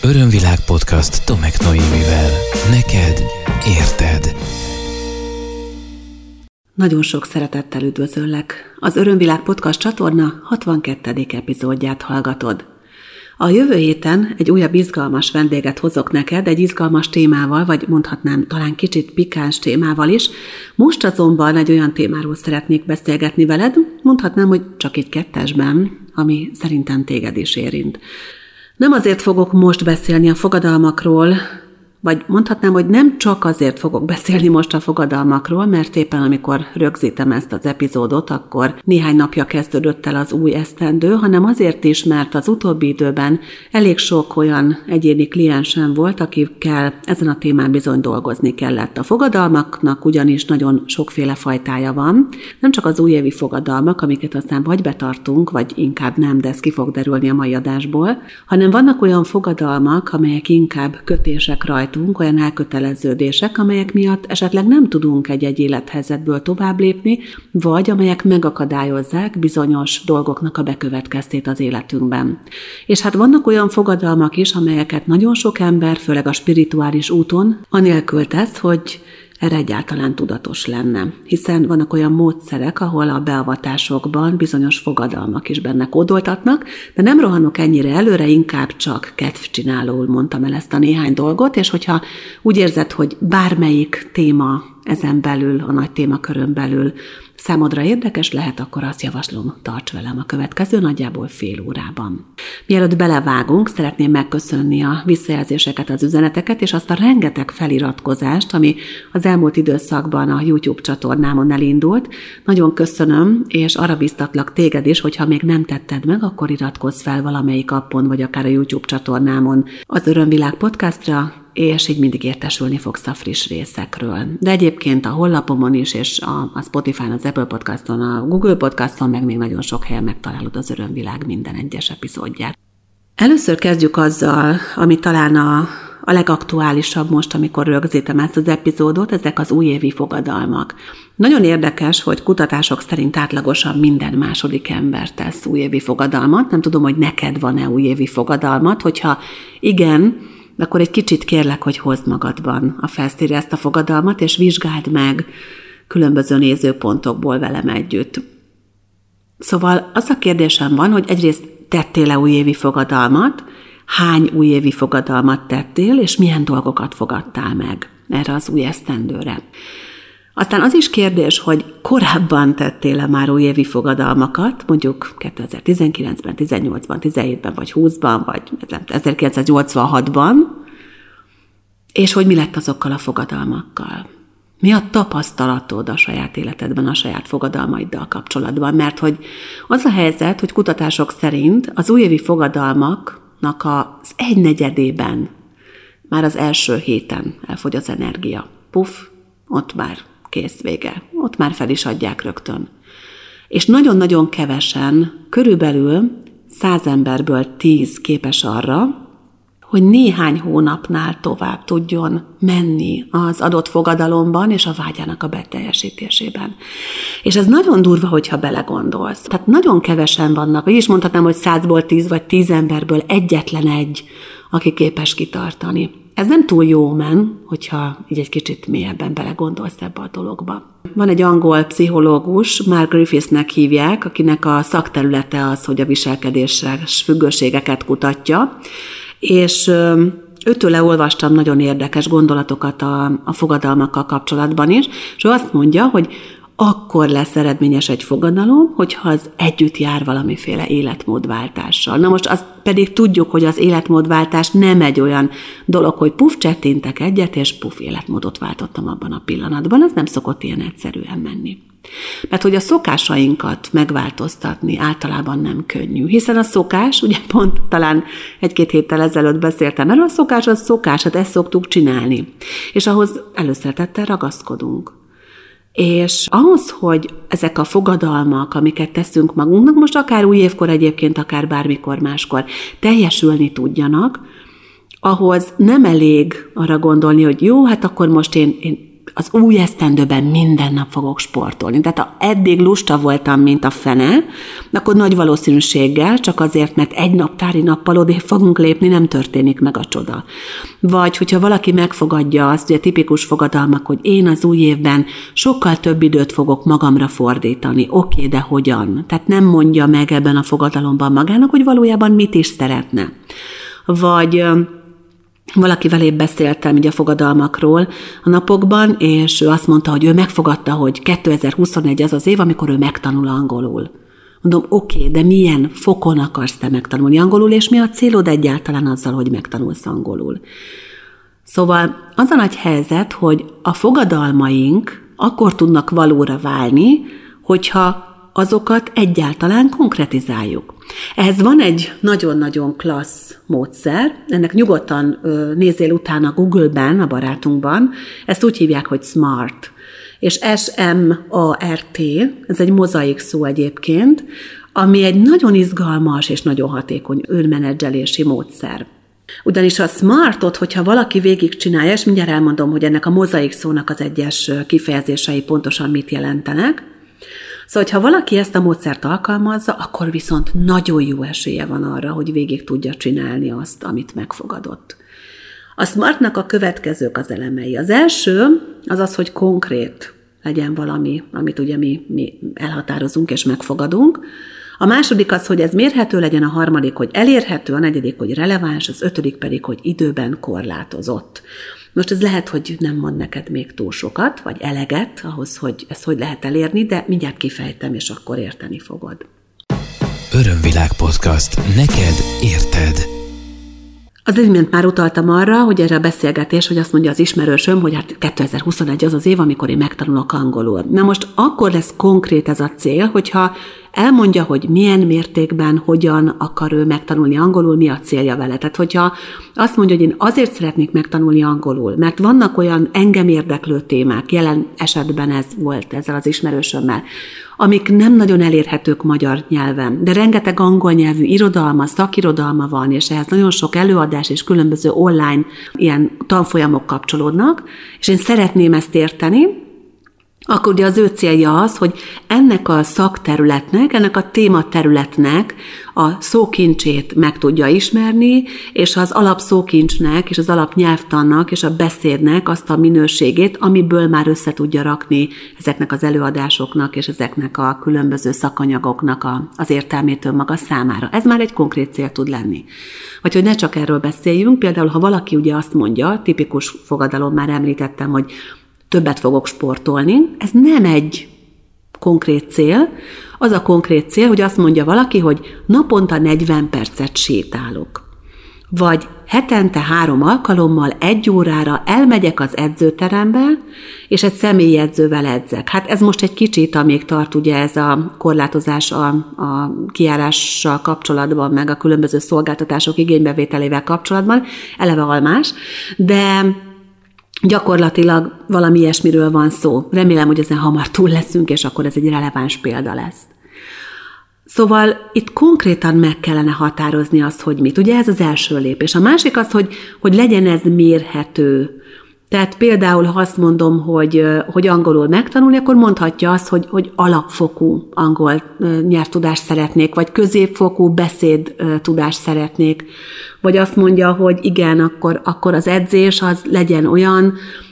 Örömvilág podcast Tomek Noémivel. Neked érted. Nagyon sok szeretettel üdvözöllek. Az Örömvilág podcast csatorna 62. epizódját hallgatod. A jövő héten egy újabb izgalmas vendéget hozok neked, egy izgalmas témával, vagy mondhatnám talán kicsit pikáns témával is. Most azonban egy olyan témáról szeretnék beszélgetni veled, mondhatnám, hogy csak így kettesben, ami szerintem téged is érint. Nem azért fogok most beszélni a fogadalmakról, vagy mondhatnám, hogy nem csak azért fogok beszélni most a fogadalmakról, mert éppen amikor rögzítem ezt az epizódot, akkor néhány napja kezdődött el az új esztendő, hanem azért is, mert az utóbbi időben elég sok olyan egyéni kliensem volt, akikkel ezen a témán bizony dolgozni kellett. A fogadalmaknak ugyanis nagyon sokféle fajtája van, nem csak az újévi fogadalmak, amiket aztán vagy betartunk, vagy inkább nem, de ez ki fog derülni a mai adásból, hanem vannak olyan fogadalmak, amelyek inkább kötések rajtunk, olyan elköteleződések, amelyek miatt esetleg nem tudunk egy élethelyzetből tovább lépni, vagy amelyek megakadályozzák bizonyos dolgoknak a bekövetkeztét az életünkben. És hát vannak olyan fogadalmak is, amelyeket nagyon sok ember, főleg a spirituális úton, anélkül tesz, hogy erre egyáltalán tudatos lenne. Hiszen vannak olyan módszerek, ahol a beavatásokban bizonyos fogadalmak is benne kódoltatnak, de nem rohanok ennyire előre, inkább csak kedvcsinálóul mondtam el ezt a néhány dolgot, és hogyha úgy érzed, hogy bármelyik téma ezen belül, a nagy témakörön belül számodra érdekes lehet, akkor azt javaslom, tarts velem a következő nagyjából fél órában. Mielőtt belevágunk, szeretném megköszönni a visszajelzéseket, az üzeneteket, és azt a rengeteg feliratkozást, ami az elmúlt időszakban a YouTube csatornámon elindult. Nagyon köszönöm, és arra biztatlak téged is, hogyha még nem tetted meg, akkor iratkozz fel valamelyik appon, vagy akár a YouTube csatornámon az Örömvilág podcastra, és így mindig értesülni fogsz a friss részekről. De egyébként a honlapomon is, és a Spotify-on, az Apple Podcaston, a Google Podcaston, meg még nagyon sok helyen megtalálod az Örömvilág minden egyes epizódját. Először kezdjük azzal, ami talán a legaktuálisabb most, amikor rögzítem ezt az epizódot, ezek az újévi fogadalmak. Nagyon érdekes, hogy kutatások szerint átlagosan minden második ember tesz újévi fogadalmat. Nem tudom, hogy neked van-e újévi fogadalmat, hogyha igen, akkor egy kicsit kérlek, hogy hozd magadban a felszínre ezt a fogadalmat, és vizsgáld meg különböző nézőpontokból velem együtt. Szóval az a kérdésem van, hogy egyrészt tettél-e újévi fogadalmat, hány újévi fogadalmat tettél, és milyen dolgokat fogadtál meg erre az új esztendőre. Aztán az is kérdés, hogy korábban tettél-e már újévi fogadalmakat, mondjuk 2019-ben, 18-ban, 17-ben, vagy 20-ban, vagy 1986-ban, és hogy mi lett azokkal a fogadalmakkal. Mi a tapasztalatod a saját életedben, a saját fogadalmaiddal kapcsolatban? Mert hogy az a helyzet, hogy kutatások szerint az újévi fogadalmaknak az 1/4 már az első héten elfogy az energia. Puff, ott már kész, vége. Ott már fel is adják rögtön. És nagyon-nagyon kevesen, körülbelül 100 emberből 10 képes arra, hogy néhány hónapnál tovább tudjon menni az adott fogadalomban és a vágyának a beteljesítésében. És ez nagyon durva, hogyha belegondolsz. Tehát nagyon kevesen vannak, vagy is mondhatnám, hogy 100-ból 10 vagy 10 emberből egyetlen egy, aki képes kitartani. Ez nem túl jó hogyha így egy kicsit mélyebben belegondolsz ebbe a dologba. Van egy angol pszichológus, Mark Griffithsnek hívják, akinek a szakterülete az, hogy a viselkedéses függőségeket kutatja, és őtőle olvastam nagyon érdekes gondolatokat a fogadalmakkal kapcsolatban is, és ő azt mondja, hogy akkor lesz eredményes egy fogadalom, hogyha az együtt jár valamiféle életmódváltással. Na most azt pedig tudjuk, hogy az életmódváltás nem egy olyan dolog, hogy puff, csettintek egyet, és puff, életmódot váltottam abban a pillanatban. Ez nem szokott ilyen egyszerűen menni. Mert hogy a szokásainkat megváltoztatni általában nem könnyű, hiszen a szokás, ugye pont talán 1-2 héttel ezelőtt beszéltem erről, a szokás az szokás, hát ezt szoktuk csinálni. És ahhoz előszeretettel ragaszkodunk. És ahhoz, hogy ezek a fogadalmak, amiket teszünk magunknak, most akár új évkor egyébként, akár bármikor máskor teljesülni tudjanak, ahhoz nem elég arra gondolni, hogy jó, hát akkor most én az új esztendőben minden nap fogok sportolni. Tehát ha eddig lusta voltam, mint a fene, akkor nagy valószínűséggel, csak azért, mert egy naptári nappal odébb fogunk lépni, nem történik meg a csoda. Vagy hogyha valaki megfogadja azt, ugye tipikus fogadalmak, hogy én az új évben sokkal több időt fogok magamra fordítani. Oké, de hogyan? Tehát nem mondja meg ebben a fogadalomban magának, hogy valójában mit is szeretne. Vagy valakivel épp beszéltem így a fogadalmakról a napokban, és ő azt mondta, hogy ő megfogadta, hogy 2021 az az év, amikor ő megtanul angolul. Mondom, oké, de milyen fokon akarsz te megtanulni angolul, és mi a célod egyáltalán azzal, hogy megtanulsz angolul? Szóval az a nagy helyzet, hogy a fogadalmaink akkor tudnak valóra válni, hogyha azokat egyáltalán konkretizáljuk. Ehhez van egy nagyon-nagyon klassz módszer, ennek nyugodtan nézzél utána Google-ben, a barátunkban, ezt úgy hívják, hogy SMART. És SMART, ez egy mozaik szó egyébként, ami egy nagyon izgalmas és nagyon hatékony önmenedzselési módszer. Ugyanis a SMART-ot, hogyha valaki végigcsinálja, és mindjárt elmondom, hogy ennek a mozaik szónak az egyes kifejezései pontosan mit jelentenek, szóval, ha valaki ezt a módszert alkalmazza, akkor viszont nagyon jó esélye van arra, hogy végig tudja csinálni azt, amit megfogadott. A SMART-nak a következők az elemei. Az első az az, hogy konkrét legyen valami, amit ugye mi elhatározunk és megfogadunk. A második az, hogy ez mérhető legyen, a harmadik, hogy elérhető, a negyedik, hogy releváns, az ötödik pedig, hogy időben korlátozott. Most ez lehet, hogy nem mond neked még túl sokat, vagy eleget ahhoz, hogy ezt hogy lehet elérni, de mindjárt kifejtem, és akkor érteni fogod. Örömvilág podcast. Neked érted. Az imént már utaltam arra, hogy erre a beszélgetés, hogy azt mondja az ismerősöm, hogy hát 2021 az az év, amikor én megtanulok angolul. Na most akkor lesz konkrét ez a cél, hogyha elmondja, hogy milyen mértékben, hogyan akar ő megtanulni angolul, mi a célja vele. Tehát, hogyha azt mondja, hogy én azért szeretnék megtanulni angolul, mert vannak olyan engem érdeklő témák, jelen esetben ez volt ezzel az ismerősömmel, amik nem nagyon elérhetők magyar nyelven, de rengeteg angol nyelvű irodalma, szakirodalma van, és ehhez nagyon sok előadás és különböző online ilyen tanfolyamok kapcsolódnak, és én szeretném ezt érteni, akkor ugye az ő célja az, hogy ennek a szakterületnek, ennek a tématerületnek a szókincsét meg tudja ismerni, és az alapszókincsnek, és az alapnyelvtannak, és a beszédnek azt a minőségét, amiből már össze tudja rakni ezeknek az előadásoknak, és ezeknek a különböző szakanyagoknak az értelmét önmaga számára. Ez már egy konkrét cél tud lenni. Vagy hogy ne csak erről beszéljünk, például ha valaki ugye azt mondja, tipikus fogadalom, már említettem, hogy többet fogok sportolni. Ez nem egy konkrét cél. Az a konkrét cél, hogy azt mondja valaki, hogy naponta 40 percet sétálok. Vagy hetente 3 alkalommal 1 órára elmegyek az edzőterembe, és egy személyi edzővel edzek. Hát ez most egy kicsit, amíg tart ugye ez a korlátozás a kijárással kapcsolatban, meg a különböző szolgáltatások igénybevételével kapcsolatban, eleve almás, de gyakorlatilag valami ilyesmiről van szó. Remélem, hogy ezen hamar túl leszünk, és akkor ez egy releváns példa lesz. Szóval itt konkrétan meg kellene határozni azt, hogy mit. Ugye ez az első lépés. A másik az, hogy legyen ez mérhető. Tehát például, ha azt mondom, hogy angolul megtanulni, akkor mondhatja azt, hogy alapfokú angol nyelvtudást szeretnék, vagy középfokú beszédtudást szeretnék, vagy azt mondja, hogy igen, akkor az edzés az legyen olyan,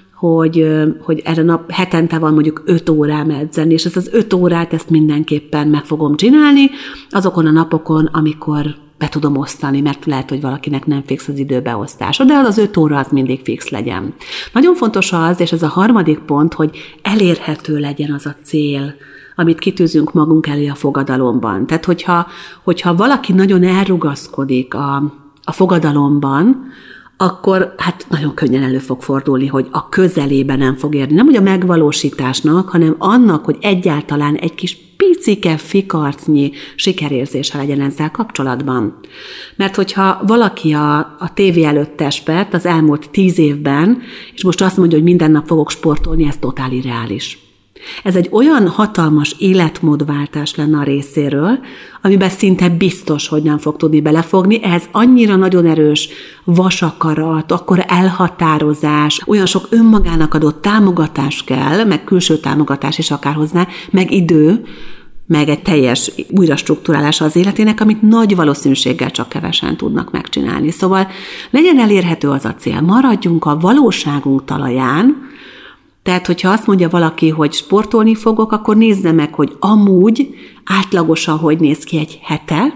hogy erre hetente van mondjuk 5 órám edzeni, és ezt az 5 órát ezt mindenképpen meg fogom csinálni azokon a napokon, amikor be tudom osztani, mert lehet, hogy valakinek nem fix az időbeosztása, de az 5 óra az mindig fix legyen. Nagyon fontos az, és ez a harmadik pont, hogy elérhető legyen az a cél, amit kitűzünk magunk elé a fogadalomban. Tehát, hogyha valaki nagyon elrugaszkodik a fogadalomban, akkor hát nagyon könnyen elő fog fordulni, hogy a közelébe nem fog érni. Nem hogy a megvalósításnak, hanem annak, hogy egyáltalán egy kis picike fikarcnyi sikerérzése legyen ezzel kapcsolatban. Mert hogyha valaki a tévé előtt tespert az elmúlt 10 évben, és most azt mondja, hogy minden nap fogok sportolni, ez totál irreális. Ez egy olyan hatalmas életmódváltás lenne a részéről, amiben szinte biztos, hogy nem fog tudni belefogni. Ehhez annyira nagyon erős vasakarat, akkor elhatározás, olyan sok önmagának adott támogatás kell, meg külső támogatás is akár hozzá, meg idő, meg egy teljes újrastruktúrálása az életének, amit nagy valószínűséggel csak kevesen tudnak megcsinálni. Szóval legyen elérhető az a cél, maradjunk a valóságunk talaján. Tehát, hogyha azt mondja valaki, hogy sportolni fogok, akkor nézze meg, hogy amúgy átlagosan hogy néz ki egy hete,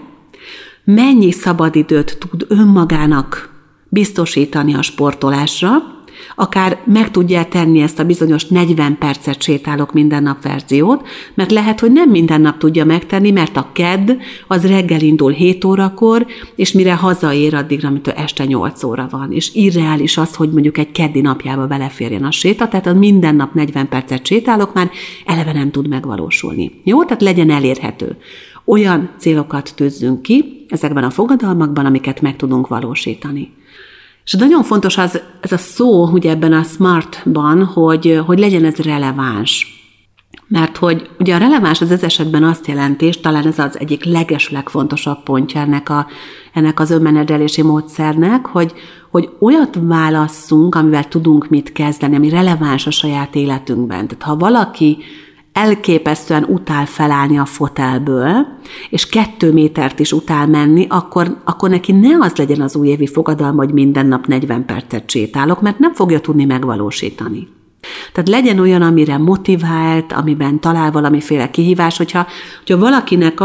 mennyi szabadidőt tud önmagának biztosítani a sportolásra, akár meg tudja tenni ezt a bizonyos 40 percet sétálok minden nap verziót, mert lehet, hogy nem minden nap tudja megtenni, mert a kedd az reggel indul 7 órakor, és mire hazaér, addigra, amitől este 8 óra van. És irreális az, hogy mondjuk egy keddi napjába beleférjen a séta, tehát a minden nap 40 percet sétálok már eleve nem tud megvalósulni. Jó? Tehát legyen elérhető. Olyan célokat tűzzünk ki ezekben a fogadalmakban, amiket meg tudunk valósítani. És nagyon fontos ez a szó, ugye ebben a SMART-ban, hogy legyen ez releváns. Mert hogy ugye a releváns az esetben azt jelenti, és talán ez az egyik legfontosabb pontja ennek az önmenedzselési módszernek, hogy olyat válasszunk, amivel tudunk mit kezdeni, ami releváns a saját életünkben. Tehát ha valaki elképesztően utál felállni a fotelből, és 2 métert is utál menni, akkor neki ne az legyen az újévi fogadalma, hogy minden nap 40 percet sétálok, mert nem fogja tudni megvalósítani. Tehát legyen olyan, amire motivált, amiben talál valamiféle kihívás, hogyha valakinek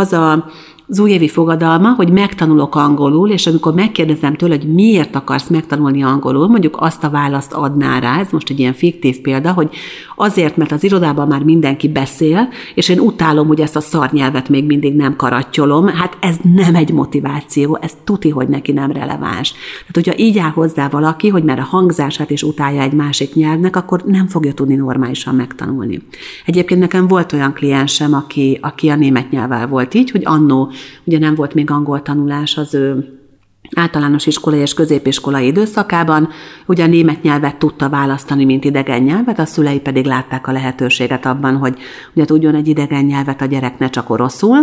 az újévi fogadalma, hogy megtanulok angolul, és amikor megkérdezem tőle, hogy miért akarsz megtanulni angolul, mondjuk azt a választ adná rá, ez most egy ilyen fiktív példa, hogy azért, mert az irodában már mindenki beszél, és én utálom, hogy ezt a szarnyelvet még mindig nem karattyolom, hát ez nem egy motiváció, ez tuti, hogy neki nem releváns. Tehát, hogyha így áll hozzá valaki, hogy már a hangzását is utálja egy másik nyelvnek, akkor nem fogja tudni normálisan megtanulni. Egyébként nekem volt olyan kliensem, aki a német nyelvvel volt így, hogy annó ugye nem volt még angol tanulás az ő általános iskolai és középiskolai időszakában, ugye a német nyelvet tudta választani, mint idegen nyelvet, a szülei pedig látták a lehetőséget abban, hogy ugye tudjon egy idegen nyelvet a gyerek, ne csak oroszul,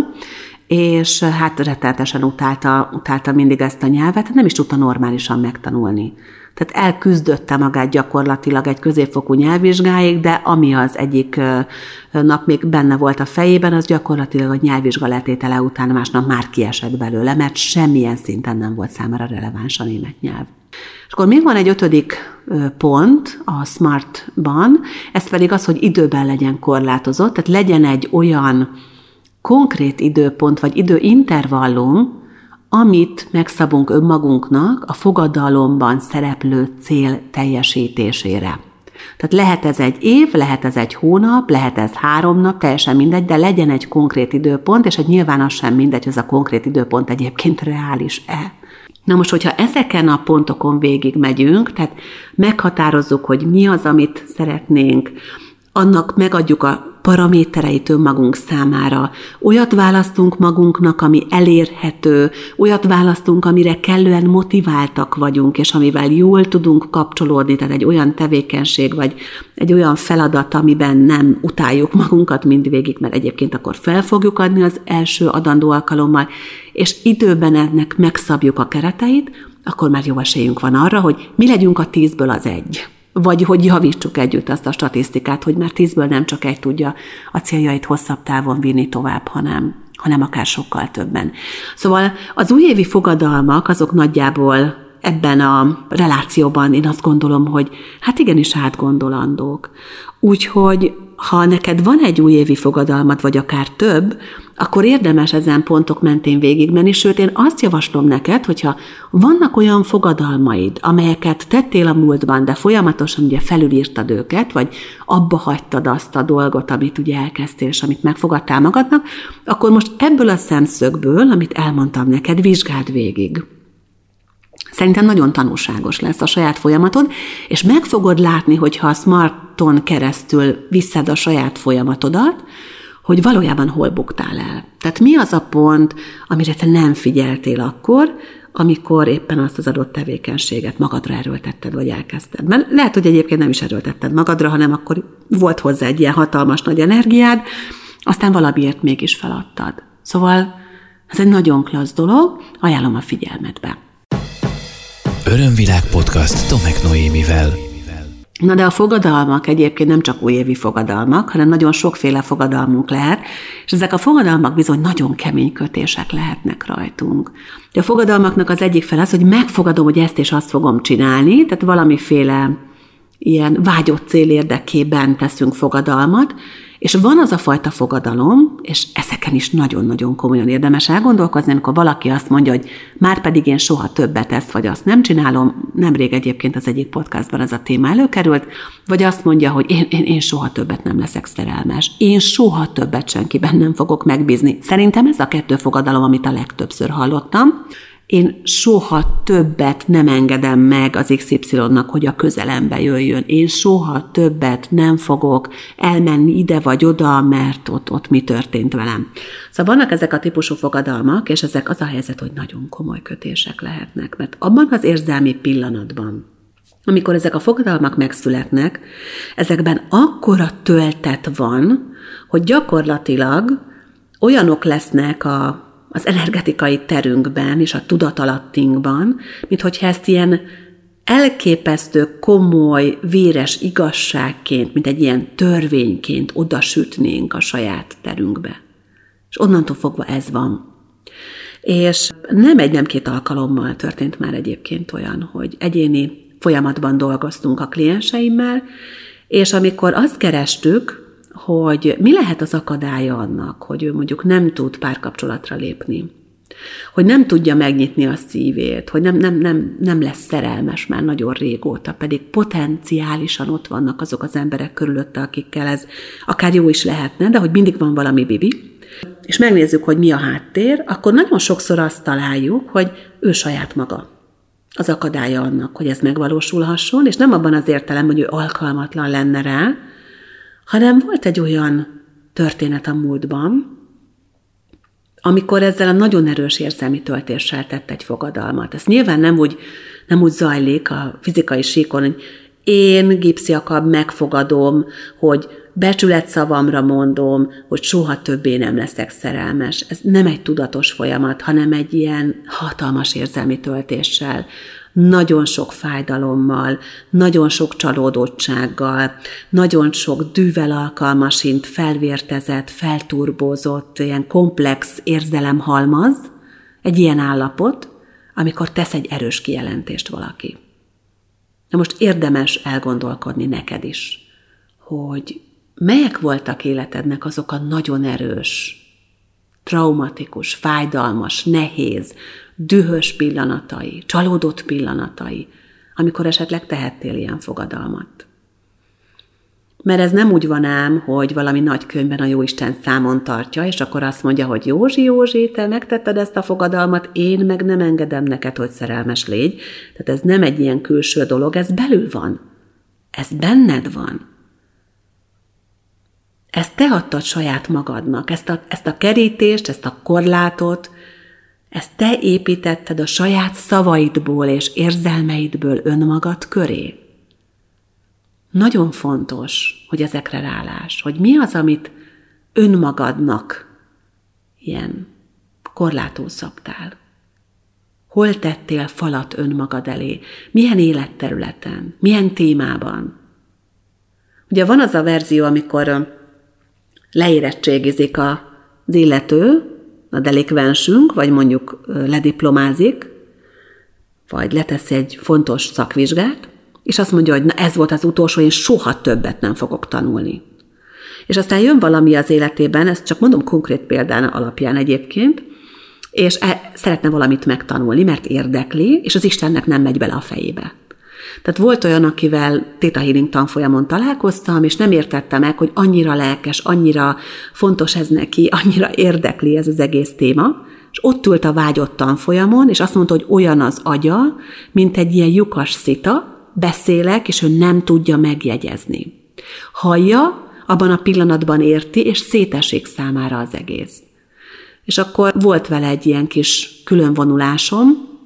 és hát rettenetesen utálta mindig ezt a nyelvet, nem is tudta normálisan megtanulni. Tehát elküzdötte magát gyakorlatilag egy középfokú nyelvvizsgáig, de ami az egyik nap még benne volt a fejében, az gyakorlatilag a nyelvvizsga letétele után másnap már kiesett belőle, mert semmilyen szinten nem volt számára releváns a német nyelv. És akkor még van egy 5. pont a SMART-ban, ez pedig az, hogy időben legyen korlátozott, tehát legyen egy olyan konkrét időpont vagy időintervallum, amit megszabunk önmagunknak a fogadalomban szereplő cél teljesítésére. Tehát lehet ez egy év, lehet ez egy hónap, lehet ez 3 nap, teljesen mindegy, de legyen egy konkrét időpont, és nyilván az sem mindegy, hogy ez a konkrét időpont egyébként reális-e. Na most, hogyha ezeken a pontokon végig megyünk, tehát meghatározzuk, hogy mi az, amit szeretnénk, annak megadjuk a paramétereit önmagunk számára. Olyat választunk magunknak, ami elérhető, olyat választunk, amire kellően motiváltak vagyunk, és amivel jól tudunk kapcsolódni, tehát egy olyan tevékenység, vagy egy olyan feladat, amiben nem utáljuk magunkat mindvégig, mert egyébként akkor fel fogjuk adni az első adandó alkalommal, és időben ennek megszabjuk a kereteit, akkor már jó esélyünk van arra, hogy mi legyünk a 10-ből az 1. Vagy hogy javítsuk együtt azt a statisztikát, hogy már 10-ből nem csak 1 tudja a céljait hosszabb távon vinni tovább, hanem akár sokkal többen. Szóval az újévi fogadalmak azok nagyjából ebben a relációban én azt gondolom, hogy hát igenis átgondolandók. Úgyhogy ha neked van egy újévi fogadalmad, vagy akár több, akkor érdemes ezen pontok mentén végigmenni, sőt, én azt javaslom neked, hogyha vannak olyan fogadalmaid, amelyeket tettél a múltban, de folyamatosan ugye felülírtad őket, vagy abba hagytad azt a dolgot, amit ugye elkezdtél, és amit megfogadtál magadnak, akkor most ebből a szemszögből, amit elmondtam neked, vizsgáld végig. Szerintem nagyon tanulságos lesz a saját folyamatod, és meg fogod látni, hogyha a SMART-on keresztül viszed a saját folyamatodat, hogy valójában hol buktál el. Tehát mi az a pont, amire te nem figyeltél akkor, amikor éppen azt az adott tevékenységet magadra erőltetted, vagy elkezdted. Mert lehet, hogy egyébként nem is erőltetted magadra, hanem akkor volt hozzá egy ilyen hatalmas nagy energiád, aztán valamiért mégis feladtad. Szóval ez egy nagyon klassz dolog, ajánlom a figyelmetbe. Örömvilág podcast Tomek Noémivel. Na de a fogadalmak egyébként nem csak újévi fogadalmak, hanem nagyon sokféle fogadalmunk lehet, és ezek a fogadalmak bizony nagyon kemény kötések lehetnek rajtunk. De a fogadalmaknak az egyik fel az, hogy megfogadom, hogy ezt és azt fogom csinálni, tehát valamiféle ilyen vágyott cél érdekében teszünk fogadalmat, és van az a fajta fogadalom, és ezeken is nagyon-nagyon komolyan érdemes elgondolkozni, amikor valaki azt mondja, hogy már pedig én soha többet ezt vagy azt nem csinálom, nemrég egyébként az egyik podcastban ez a téma előkerült, vagy azt mondja, hogy én soha többet nem leszek szerelmes, én soha többet senkiben nem fogok megbízni. Szerintem ez a kettő fogadalom, amit a legtöbbször hallottam. Én soha többet nem engedem meg az XY-nak, hogy a közelembe jöjjön. Én soha többet nem fogok elmenni ide vagy oda, mert ott mi történt velem. Szóval vannak ezek a típusú fogadalmak, és ezek az a helyzet, hogy nagyon komoly kötések lehetnek, mert abban az érzelmi pillanatban, amikor ezek a fogadalmak megszületnek, ezekben akkora töltet van, hogy gyakorlatilag olyanok lesznek az energetikai terünkben és a tudatalattinkban, mint hogyha ezt ilyen elképesztő, komoly, véres igazságként, mint egy ilyen törvényként odasütnénk a saját terünkbe. És onnantól fogva ez van. És nem két alkalommal történt már egyébként olyan, hogy egyéni folyamatban dolgoztunk a klienseimmel, és amikor azt kerestük, hogy mi lehet az akadálya annak, hogy ő mondjuk nem tud párkapcsolatra lépni, hogy nem tudja megnyitni a szívét, hogy nem lesz szerelmes már nagyon régóta, pedig potenciálisan ott vannak azok az emberek körülötte, akikkel ez akár jó is lehetne, de hogy mindig van valami bibi, és megnézzük, hogy mi a háttér, akkor nagyon sokszor azt találjuk, hogy ő saját maga az akadálya annak, hogy ez megvalósulhasson, és nem abban az értelemben, hogy ő alkalmatlan lenne rá, hanem volt egy olyan történet a múltban, amikor ezzel a nagyon erős érzelmi töltéssel tett egy fogadalmat. Ez nyilván nem úgy zajlik a fizikai síkon, hogy én, Gipsy Jakab, megfogadom, hogy becsületszavamra mondom, hogy soha többé nem leszek szerelmes. Ez nem egy tudatos folyamat, hanem egy ilyen hatalmas érzelmi töltéssel, nagyon sok fájdalommal, nagyon sok csalódottsággal, nagyon sok dűvel alkalmasint felvértezett, felturbózott, ilyen komplex érzelemhalmaz, egy ilyen állapot, amikor tesz egy erős kijelentést valaki. Na most érdemes elgondolkodni neked is, hogy melyek voltak életednek azok a nagyon erős, traumatikus, fájdalmas, nehéz, dühös pillanatai, csalódott pillanatai, amikor esetleg tehettél ilyen fogadalmat. Mert ez nem úgy van ám, hogy valami nagy könyvben a Jóisten számon tartja, és akkor azt mondja, hogy Józsi, te megtetted ezt a fogadalmat, én meg nem engedem neked, hogy szerelmes légy. Tehát ez nem egy ilyen külső dolog, ez belül van. Ez benned van. Ezt te adtad saját magadnak, ezt a kerítést, ezt a korlátot, ezt te építetted a saját szavaidból és érzelmeidből önmagad köré. Nagyon fontos, hogy ezekre rálás, hogy mi az, amit önmagadnak ilyen korlátul szabtál. Hol tettél falat önmagad elé? Milyen életterületen? Milyen témában? Ugye van az a verzió, amikor leérettségizik az illető, a delikvensünk, vagy mondjuk lediplomázik, vagy leteszi egy fontos szakvizsgát, és azt mondja, hogy na ez volt az utolsó, én soha többet nem fogok tanulni. És aztán jön valami az életében, ezt csak mondom konkrét példán alapján egyébként, és szeretne valamit megtanulni, mert érdekli, és az Istennek nem megy bele a fejébe. Tehát volt olyan, akivel Theta Healing tanfolyamon találkoztam, és nem értette meg, hogy annyira lelkes, annyira fontos ez neki, annyira érdekli ez az egész téma, és ott ült a vágyott tanfolyamon, és azt mondta, hogy olyan az agya, mint egy ilyen lyukas szita, beszélek, és ő nem tudja megjegyezni. Hallja, abban a pillanatban érti, és szétesik számára az egész. És akkor volt vele egy ilyen kis különvonulásom,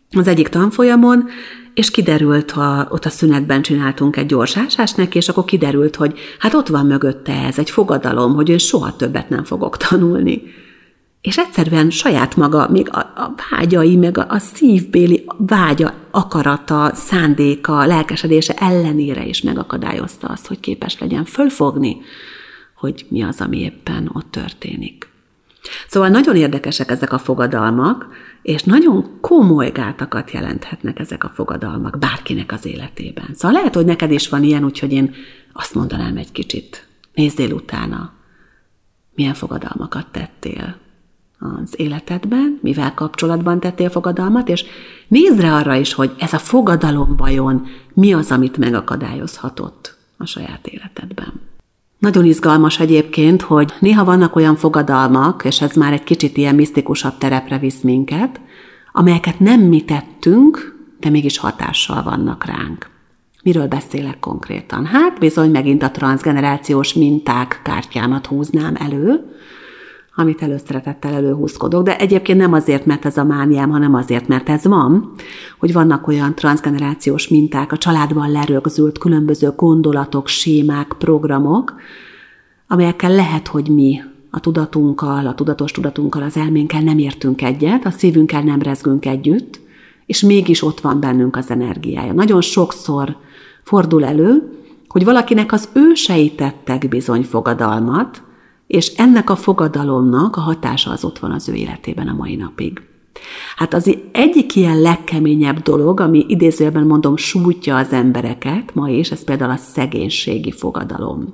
az egyik tanfolyamon, és kiderült, ott a szünetben csináltunk egy gyors ásást neki, és akkor kiderült, hogy hát ott van mögötte ez, egy fogadalom, hogy én soha többet nem fogok tanulni. És egyszerűen saját maga, még a vágyai, meg a szívbéli vágya, akarata, szándéka, lelkesedése ellenére is megakadályozta azt, hogy képes legyen fölfogni, hogy mi az, ami éppen ott történik. Szóval nagyon érdekesek ezek a fogadalmak, és nagyon komoly gátakat jelenthetnek ezek a fogadalmak bárkinek az életében. Szóval lehet, hogy neked is van ilyen, úgyhogy én azt mondanám egy kicsit, nézzél utána, milyen fogadalmakat tettél az életedben, mivel kapcsolatban tettél fogadalmat, és nézd rá arra is, hogy ez a fogadalom vajon mi az, amit megakadályozhatott a saját életedben. Nagyon izgalmas egyébként, hogy néha vannak olyan fogadalmak, és ez már egy kicsit ilyen misztikusabb terepre visz minket, amelyeket nem mi tettünk, de mégis hatással vannak ránk. Miről beszélek konkrétan? Hát bizony megint a transzgenerációs minták kártyámat húznám elő, amit előszeretettel előhúzkodok, de egyébként nem azért, mert ez a mániám, hanem azért, mert ez van, hogy vannak olyan transzgenerációs minták, a családban lerögzült különböző gondolatok, sémák, programok, amelyekkel lehet, hogy mi a tudatunkkal, a tudatos tudatunkkal, az elménkkel nem értünk egyet, a szívünkkel nem rezgünk együtt, és mégis ott van bennünk az energiája. Nagyon sokszor fordul elő, hogy valakinek az ősei tettek bizony fogadalmat, és ennek a fogadalomnak a hatása az ott van az ő életében a mai napig. Hát az egyik ilyen legkeményebb dolog, ami idézőjelben mondom sújtja az embereket ma is, ez például a szegénységi fogadalom.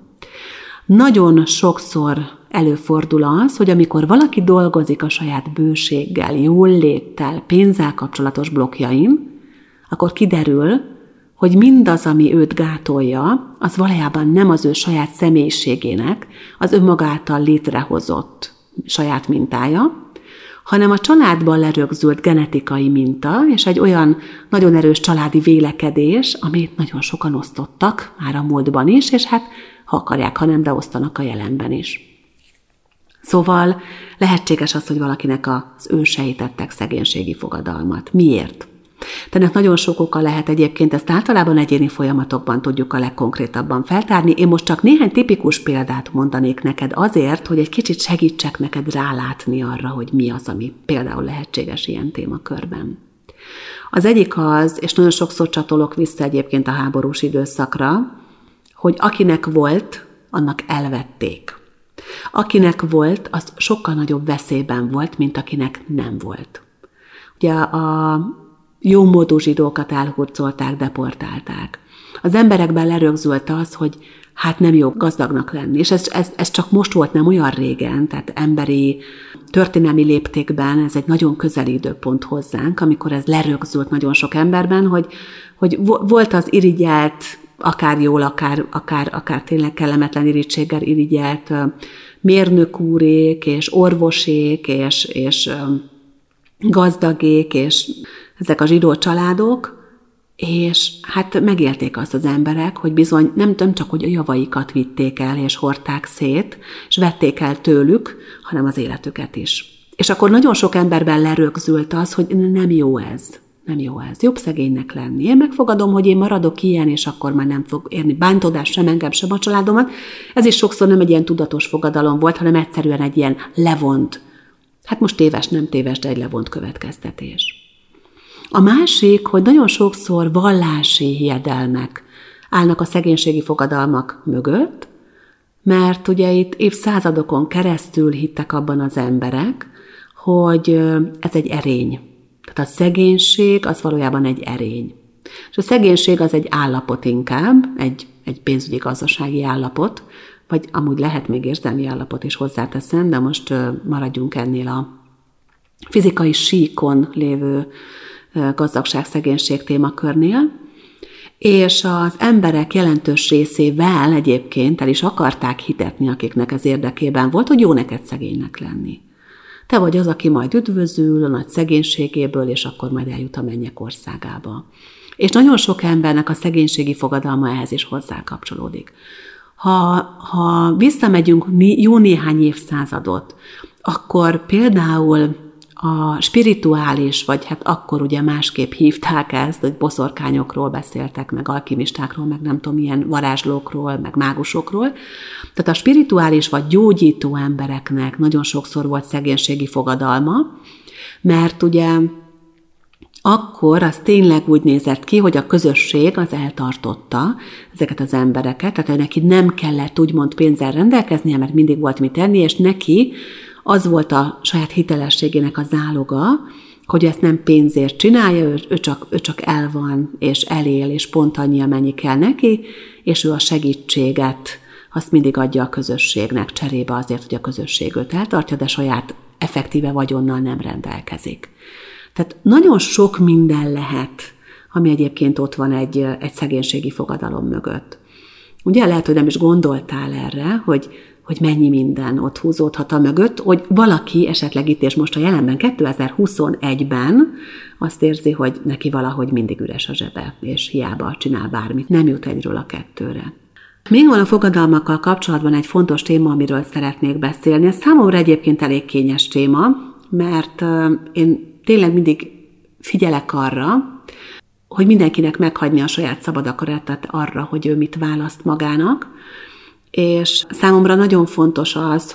Nagyon sokszor előfordul az, hogy amikor valaki dolgozik a saját bőséggel, jólléttel, pénzzel kapcsolatos blokkjain, akkor kiderül, hogy mindaz, ami őt gátolja, az valójában nem az ő saját személyiségének, az önmagáltal létrehozott saját mintája, hanem a családban lerögzült genetikai minta, és egy olyan nagyon erős családi vélekedés, amit nagyon sokan osztottak már a múltban is, és hát ha akarják, ha nem, de osztanak a jelenben is. Szóval lehetséges az, hogy valakinek az ősei tettek szegénységi fogadalmat. Miért? Ennek nagyon sok oka lehet egyébként, ezt általában egyéni folyamatokban tudjuk a legkonkrétabban feltárni. Én most csak néhány tipikus példát mondanék neked azért, hogy egy kicsit segítsek neked rálátni arra, hogy mi az, ami például lehetséges ilyen témakörben. Az egyik az, és nagyon sokszor csatolok vissza egyébként a háborús időszakra, hogy akinek volt, annak elvették. Akinek volt, az sokkal nagyobb veszélyben volt, mint akinek nem volt. Ugye a jómódú zsidókat elhurcolták, deportálták. Az emberekben lerögzült az, hogy hát nem jó gazdagnak lenni. És ez csak most volt, nem olyan régen, tehát emberi történelmi léptékben ez egy nagyon közeli időpont hozzánk, amikor ez lerögzült nagyon sok emberben, hogy volt az irigyelt, akár jól, akár tényleg kellemetlen irigységgel irigyelt mérnök úrék, és orvosék, és gazdagék, és ezek a zsidó családok, és hát megélték azt az emberek, hogy bizony nem csak, hogy a javaikat vitték el, és hordták szét, és vették el tőlük, hanem az életüket is. És akkor nagyon sok emberben lerögzült az, hogy nem jó ez. Nem jó ez. Jobb szegénynek lenni. Én megfogadom, hogy én maradok ilyen, és akkor már nem fog érni bántódás sem engem, sem a családomat. Ez is sokszor nem egy ilyen tudatos fogadalom volt, hanem egyszerűen egy ilyen levont, hát most téves, nem téves, de egy levont következtetés. A másik, hogy nagyon sokszor vallási hiedelmek állnak a szegénységi fogadalmak mögött, mert ugye itt évszázadokon keresztül hittek abban az emberek, hogy ez egy erény. Tehát a szegénység az valójában egy erény. És a szegénység az egy állapot inkább, egy pénzügyi gazdasági állapot, vagy amúgy lehet még érzelmi állapot is hozzáteszem, de most maradjunk ennél a fizikai síkon lévő gazdagság-szegénység témakörnél, és az emberek jelentős részével egyébként el is akarták hitetni, akiknek ez érdekében volt, hogy jó neked szegénynek lenni. Te vagy az, aki majd üdvözül a nagy szegénységéből, és akkor majd eljut a mennyek országába. És nagyon sok embernek a szegénységi fogadalma ehhez is hozzákapcsolódik. Ha visszamegyünk jó néhány évszázadot, akkor például a spirituális, vagy hát akkor ugye másképp hívták ezt, hogy boszorkányokról beszéltek, meg alkimistákról, meg nem tudom, milyen varázslókról, meg mágusokról. Tehát a spirituális vagy gyógyító embereknek nagyon sokszor volt szegénységi fogadalma, mert ugye akkor az tényleg úgy nézett ki, hogy a közösség az eltartotta ezeket az embereket, tehát neki nem kellett úgymond pénzzel rendelkeznie, mert mindig volt mit tenni, és neki az volt a saját hitelességének a záloga, hogy ezt nem pénzért csinálja, ő csak el van, és elél, és pont annyi, amennyi kell neki, és ő a segítséget azt mindig adja a közösségnek cserébe azért, hogy a közösség őt eltartja, de saját effektíve vagyonnal nem rendelkezik. Tehát nagyon sok minden lehet, ami egyébként ott van egy szegénységi fogadalom mögött. Ugye lehet, hogy nem is gondoltál erre, hogy mennyi minden ott húzódhat a mögött, hogy valaki esetleg itt és most a jelenben 2021-ben azt érzi, hogy neki valahogy mindig üres a zsebe, és hiába csinál bármit, nem jut egyről a kettőre. Még van a fogadalmakkal kapcsolatban egy fontos téma, amiről szeretnék beszélni. Ez számomra egyébként elég kényes téma, mert én tényleg mindig figyelek arra, hogy mindenkinek meghagyni a saját szabad akaratát arra, hogy ő mit választ magának, és számomra nagyon fontos az,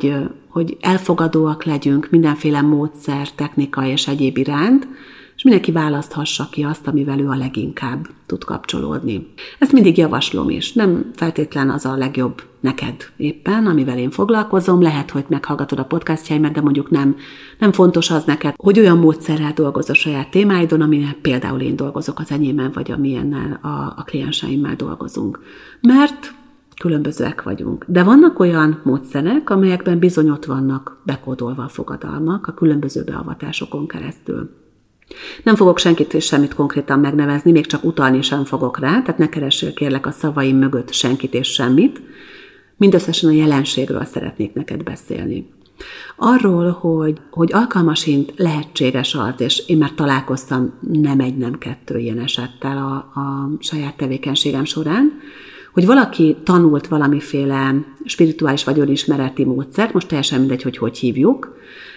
hogy elfogadóak legyünk mindenféle módszer, technika és egyéb iránt, és mindenki választhassa ki azt, amivel ő a leginkább tud kapcsolódni. Ezt mindig javaslom is. Nem feltétlen az a legjobb neked éppen, amivel én foglalkozom. Lehet, hogy meghallgatod a podcastjaimat, de mondjuk nem fontos az neked, hogy olyan módszerrel dolgozz a saját témáidon, amilyen például én dolgozok az enyémen, vagy amilyennel a klienseimmel dolgozunk. Mert különbözőek vagyunk. De vannak olyan módszerek, amelyekben bizony ott vannak bekódolva a fogadalmak a különböző beavatásokon keresztül. Nem fogok senkit és semmit konkrétan megnevezni, még csak utalni sem fogok rá, tehát ne keressél kérlek a szavaim mögött senkit és semmit. Mindösszesen a jelenségről szeretnék neked beszélni. Arról, hogy alkalmasint lehetséges az, és én már találkoztam nem egy, nem kettő ilyen esettel a saját tevékenységem során, hogy valaki tanult valamiféle spirituális vagy önismereti módszert, most teljesen mindegy, hogy hívjuk,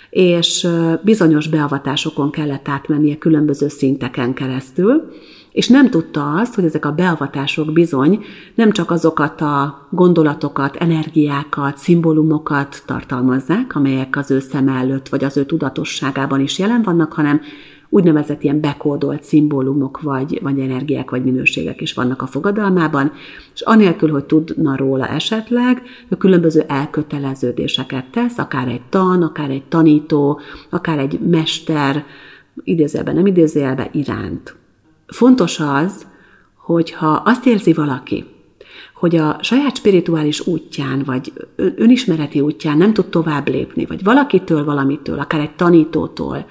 és bizonyos beavatásokon kellett átmennie különböző szinteken keresztül, és nem tudta azt, hogy ezek a beavatások bizony nem csak azokat a gondolatokat, energiákat, szimbólumokat tartalmazzák, amelyek az ő szeme előtt, vagy az ő tudatosságában is jelen vannak, hanem úgynevezett ilyen bekódolt szimbólumok, vagy energiák, vagy minőségek is vannak a fogadalmában, és anélkül, hogy tudna róla esetleg, ő különböző elköteleződéseket tesz, akár egy tan, akár egy tanító, akár egy mester, idézőjelben, nem idézőjelben iránt. Fontos az, hogyha azt érzi valaki, hogy a saját spirituális útján, vagy önismereti útján nem tud tovább lépni, vagy valakitől, valamitől, akár egy tanítótól,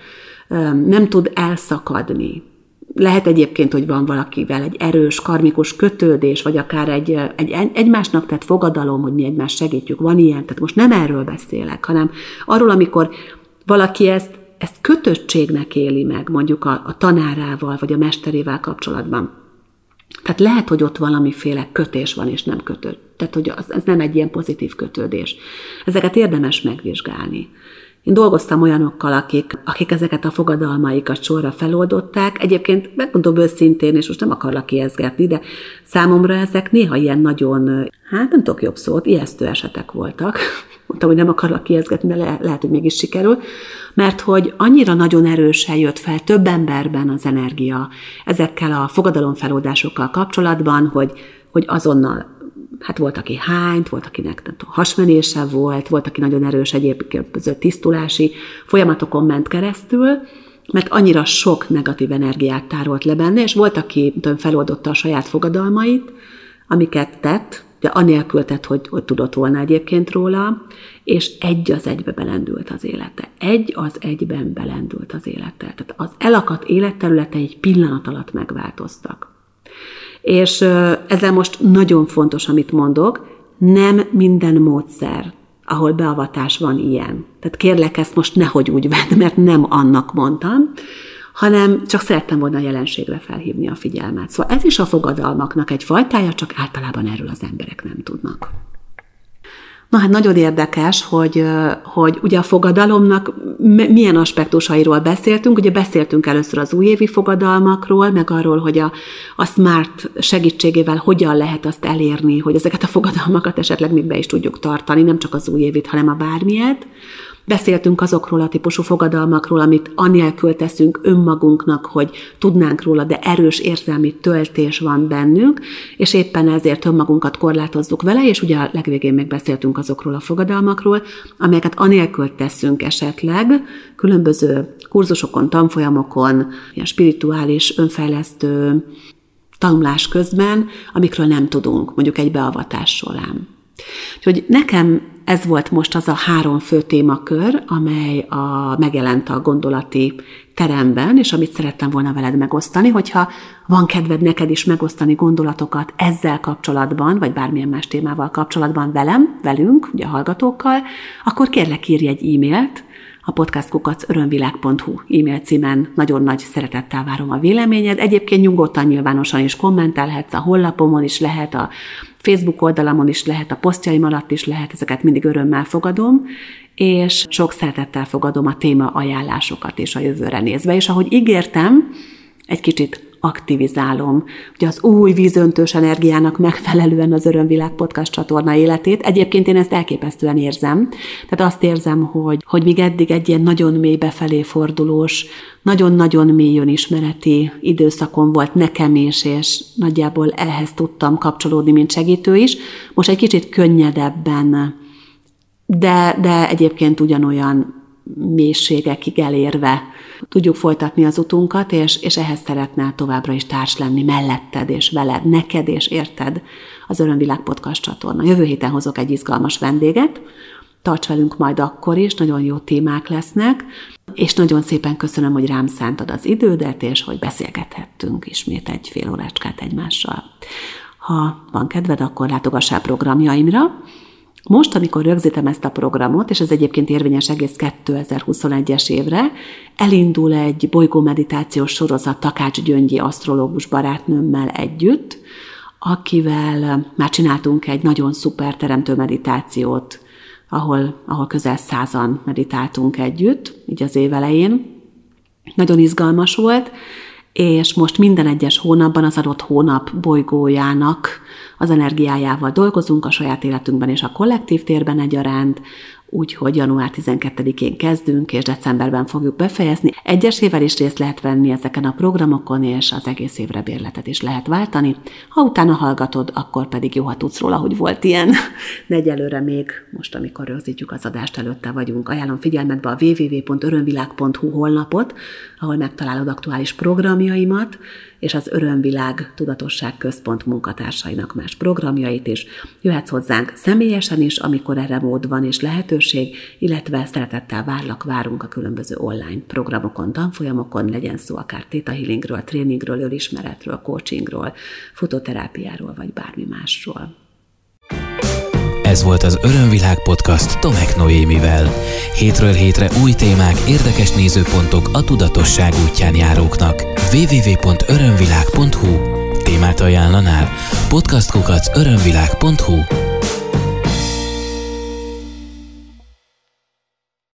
nem tud elszakadni. Lehet egyébként, hogy van valakivel egy erős, karmikus kötődés, vagy akár egy egymásnak tett fogadalom, hogy mi egymást segítjük. Van ilyen, tehát most nem erről beszélek, hanem arról, amikor valaki ezt kötöttségnek éli meg, mondjuk a tanárával, vagy a mesterével kapcsolatban. Tehát lehet, hogy ott valamiféle kötés van, és nem kötött. Tehát, hogy ez nem egy ilyen pozitív kötődés. Ezeket érdemes megvizsgálni. Én dolgoztam olyanokkal, akik ezeket a fogadalmaikat sorra feloldották. Egyébként megmondom őszintén, és most nem akarlak kiezgetni, de számomra ezek néha ilyen nagyon, nem tudok jobb szót, ijesztő esetek voltak. Mondtam, hogy nem akarlak kiezgetni, de lehet, hogy mégis sikerül. Mert hogy annyira nagyon erősen jött fel több emberben az energia ezekkel a fogadalomfeloldásokkal kapcsolatban, hogy azonnal volt, aki hányt, volt, akinek hasmenése volt, aki nagyon erős egyébként tisztulási folyamatokon ment keresztül, mert annyira sok negatív energiát tárolt le benne, és volt, aki feloldotta a saját fogadalmait, amiket tett, de anélkül tett, hogy tudott volna egyébként róla, és egy az egybe belendült az élete. Egy az egyben belendült az élete. Tehát az elakadt életterülete egy pillanat alatt megváltoztak. És ezzel most nagyon fontos, amit mondok, nem minden módszer, ahol beavatás van ilyen. Tehát kérlek, ezt most nehogy úgy vedd, mert nem annak mondtam, hanem csak szerettem volna a jelenségre felhívni a figyelmet. Szóval ez is a fogadalmaknak egy fajtája, csak általában erről az emberek nem tudnak. Na hát nagyon érdekes, hogy ugye a fogadalomnak milyen aspektusairól beszéltünk. Ugye beszéltünk először az újévi fogadalmakról, meg arról, hogy a SMART segítségével hogyan lehet azt elérni, hogy ezeket a fogadalmakat esetleg még be is tudjuk tartani, nem csak az újévit, hanem a bármilyet. Beszéltünk azokról a típusú fogadalmakról, amit anélkül teszünk önmagunknak, hogy tudnánk róla, de erős érzelmi töltés van bennünk, és éppen ezért önmagunkat korlátozzuk vele, és ugye a legvégén még beszéltünk azokról a fogadalmakról, amelyeket anélkül teszünk esetleg különböző kurzusokon, tanfolyamokon, ilyen spirituális, önfejlesztő tanulás közben, amikről nem tudunk, mondjuk egy beavatás során. Úgyhogy nekem ez volt most az a 3 fő témakör, amely megjelent a gondolati teremben, és amit szerettem volna veled megosztani, hogyha van kedved neked is megosztani gondolatokat ezzel kapcsolatban, vagy bármilyen más témával kapcsolatban velünk, ugye a hallgatókkal, akkor kérlek írj egy e-mailt, a podcast@örömvilág.hu e-mail címen nagyon nagy szeretettel várom a véleményed. Egyébként nyugodtan nyilvánosan is kommentelhetsz, a honlapomon is lehet, a Facebook oldalamon is lehet, a posztjaim alatt is lehet, ezeket mindig örömmel fogadom, és sok szeretettel fogadom a téma ajánlásokat is a jövőre nézve, és ahogy ígértem, egy kicsit aktivizálom, ugye az új vízöntős energiának megfelelően az Örömvilág podcast csatorna életét. Egyébként én ezt elképesztően érzem. Tehát azt érzem, hogy még eddig egy ilyen nagyon mély befelé fordulós, nagyon-nagyon mély önismereti időszakon volt nekem is, és nagyjából ehhez tudtam kapcsolódni, mint segítő is. Most egy kicsit könnyedebben, de egyébként ugyanolyan mélységekig elérve tudjuk folytatni az utunkat, és ehhez szeretnél továbbra is társ lenni melletted és veled, neked és érted az Örömvilág podcast csatorna. Jövő héten hozok egy izgalmas vendéget, tarts velünk majd akkor is, nagyon jó témák lesznek, és nagyon szépen köszönöm, hogy rám szántad az idődet, és hogy beszélgethettünk ismét egy fél órácskát egymással. Ha van kedved, akkor látogassál programjaimra. Most, amikor rögzítem ezt a programot, és ez egyébként érvényes egész 2021-es évre, elindul egy bolygómeditációs sorozat Takács Gyöngyi asztrológus barátnőmmel együtt, akivel már csináltunk egy nagyon szuper teremtő meditációt, ahol közel 100-an meditáltunk együtt, így az év elején. Nagyon izgalmas volt, és most minden egyes hónapban az adott hónap bolygójának az energiájával dolgozunk a saját életünkben és a kollektív térben egyaránt, úgyhogy január 12-én kezdünk, és decemberben fogjuk befejezni. Egyesével is részt lehet venni ezeken a programokon, és az egész évre bérletet is lehet váltani. Ha utána hallgatod, akkor pedig jó, ha tudsz róla, hogy volt ilyen. De egyelőre még most, amikor rögzítjük az adást, előtte vagyunk. Ajánlom figyelmetbe a www.örömvilág.hu honlapot, ahol megtalálod aktuális programjaimat, és az Örömvilág Tudatosság Központ munkatársainak más programjait is. Jöhetsz hozzánk személyesen is, amikor erre mód van és lehetőség, illetve szeretettel várunk a különböző online programokon, tanfolyamokon, legyen szó akár Theta Healingről, tréningről, önismeretről, coachingról, futóterápiáról, vagy bármi másról. Ez volt az Örömvilág podcast Tomek Noémivel. Hétről hétre új témák, érdekes nézőpontok a tudatosság útján járóknak. www.örömvilág.hu Témát ajánlanál? podcastkukac.örömvilág.hu